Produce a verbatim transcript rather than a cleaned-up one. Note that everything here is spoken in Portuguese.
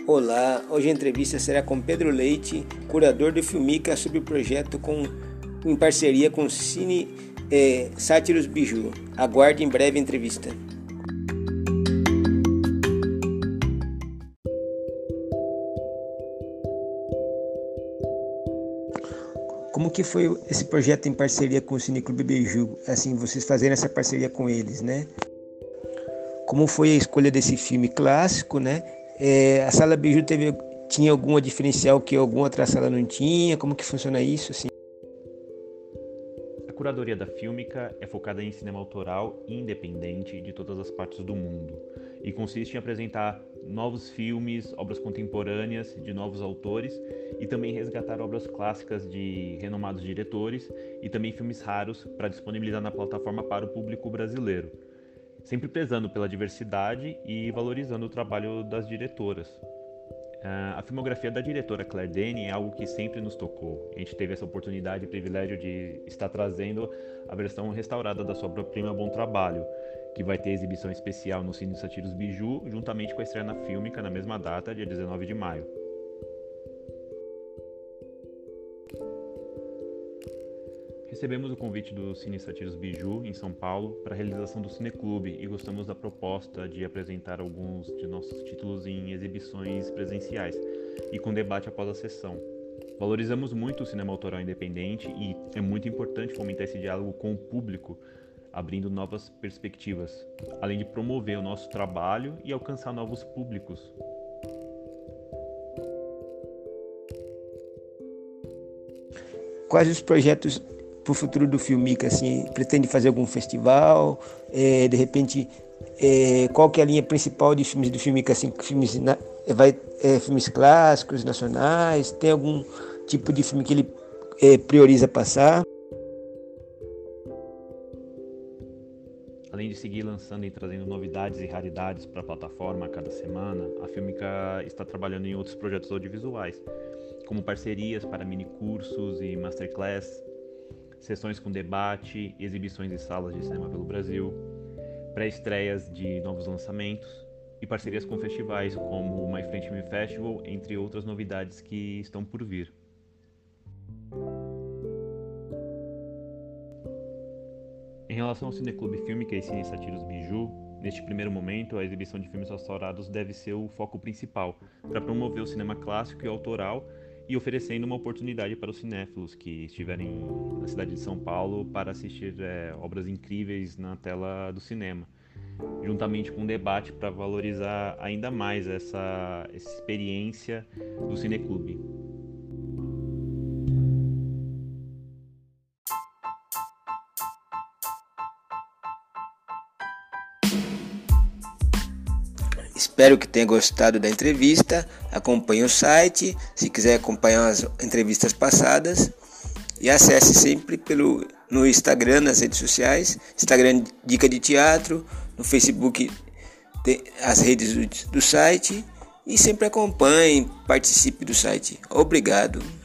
Olá, hoje a entrevista será com Pedro Leite, curador do Filmica, sobre o projeto com, em parceria com Cine é, Sátiros Biju. Aguarde em breve a entrevista. Como que foi esse projeto em parceria com o Cineclube Biju? Assim, vocês fazendo essa parceria com eles, né? Como foi a escolha desse filme clássico, né? É, a Sala Biju teve, tinha alguma diferencial que alguma outra sala não tinha? Como que funciona isso, assim? A curadoria da Filmica é focada em cinema autoral e independente de todas as partes do mundo e consiste em apresentar novos filmes, obras contemporâneas de novos autores e também resgatar obras clássicas de renomados diretores e também filmes raros para disponibilizar na plataforma para o público brasileiro, sempre prezando pela diversidade e valorizando o trabalho das diretoras. A filmografia da diretora Claire Denis é algo que sempre nos tocou. A gente teve essa oportunidade e privilégio de estar trazendo a versão restaurada da sua obra-prima Bom Trabalho, que vai ter exibição especial no Cine Sátiros Biju, juntamente com a estreia na Filmica na mesma data, dia dezenove de maio. Recebemos o convite do Cine Sátiros Biju, em São Paulo, para a realização do Cineclube e gostamos da proposta de apresentar alguns de nossos títulos em exibições presenciais e com debate após a sessão. Valorizamos muito o cinema autoral independente e é muito importante fomentar esse diálogo com o público, abrindo novas perspectivas, além de promover o nosso trabalho e alcançar novos públicos. Quais os projetos para o futuro do Filmica, assim, pretende fazer algum festival, é, de repente, é, qual que é a linha principal de filmes do Filmica, assim, filmes, na, vai, é, filmes clássicos, nacionais, tem algum tipo de filme que ele é, prioriza passar? Além de seguir lançando e trazendo novidades e raridades para a plataforma a cada semana, a Filmica está trabalhando em outros projetos audiovisuais, como parcerias para minicursos e masterclass, sessões com debate, exibições em salas de cinema pelo Brasil, pré-estreias de novos lançamentos e parcerias com festivais como o My French Film Festival, entre outras novidades que estão por vir. Em relação ao Cineclube Filmica e Cine Sátiros Biju, neste primeiro momento, a exibição de filmes restaurados deve ser o foco principal para promover o cinema clássico e autoral e oferecendo uma oportunidade para os cinéfilos que estiverem na cidade de São Paulo para assistir é, obras incríveis na tela do cinema, juntamente com um debate para valorizar ainda mais essa, essa experiência do Cineclube. Espero que tenha gostado da entrevista. Acompanhe o site, se quiser acompanhar as entrevistas passadas, e acesse sempre pelo, no Instagram, nas redes sociais, Instagram Dica de Teatro, no Facebook as redes do, do site, e sempre acompanhe, participe do site. Obrigado.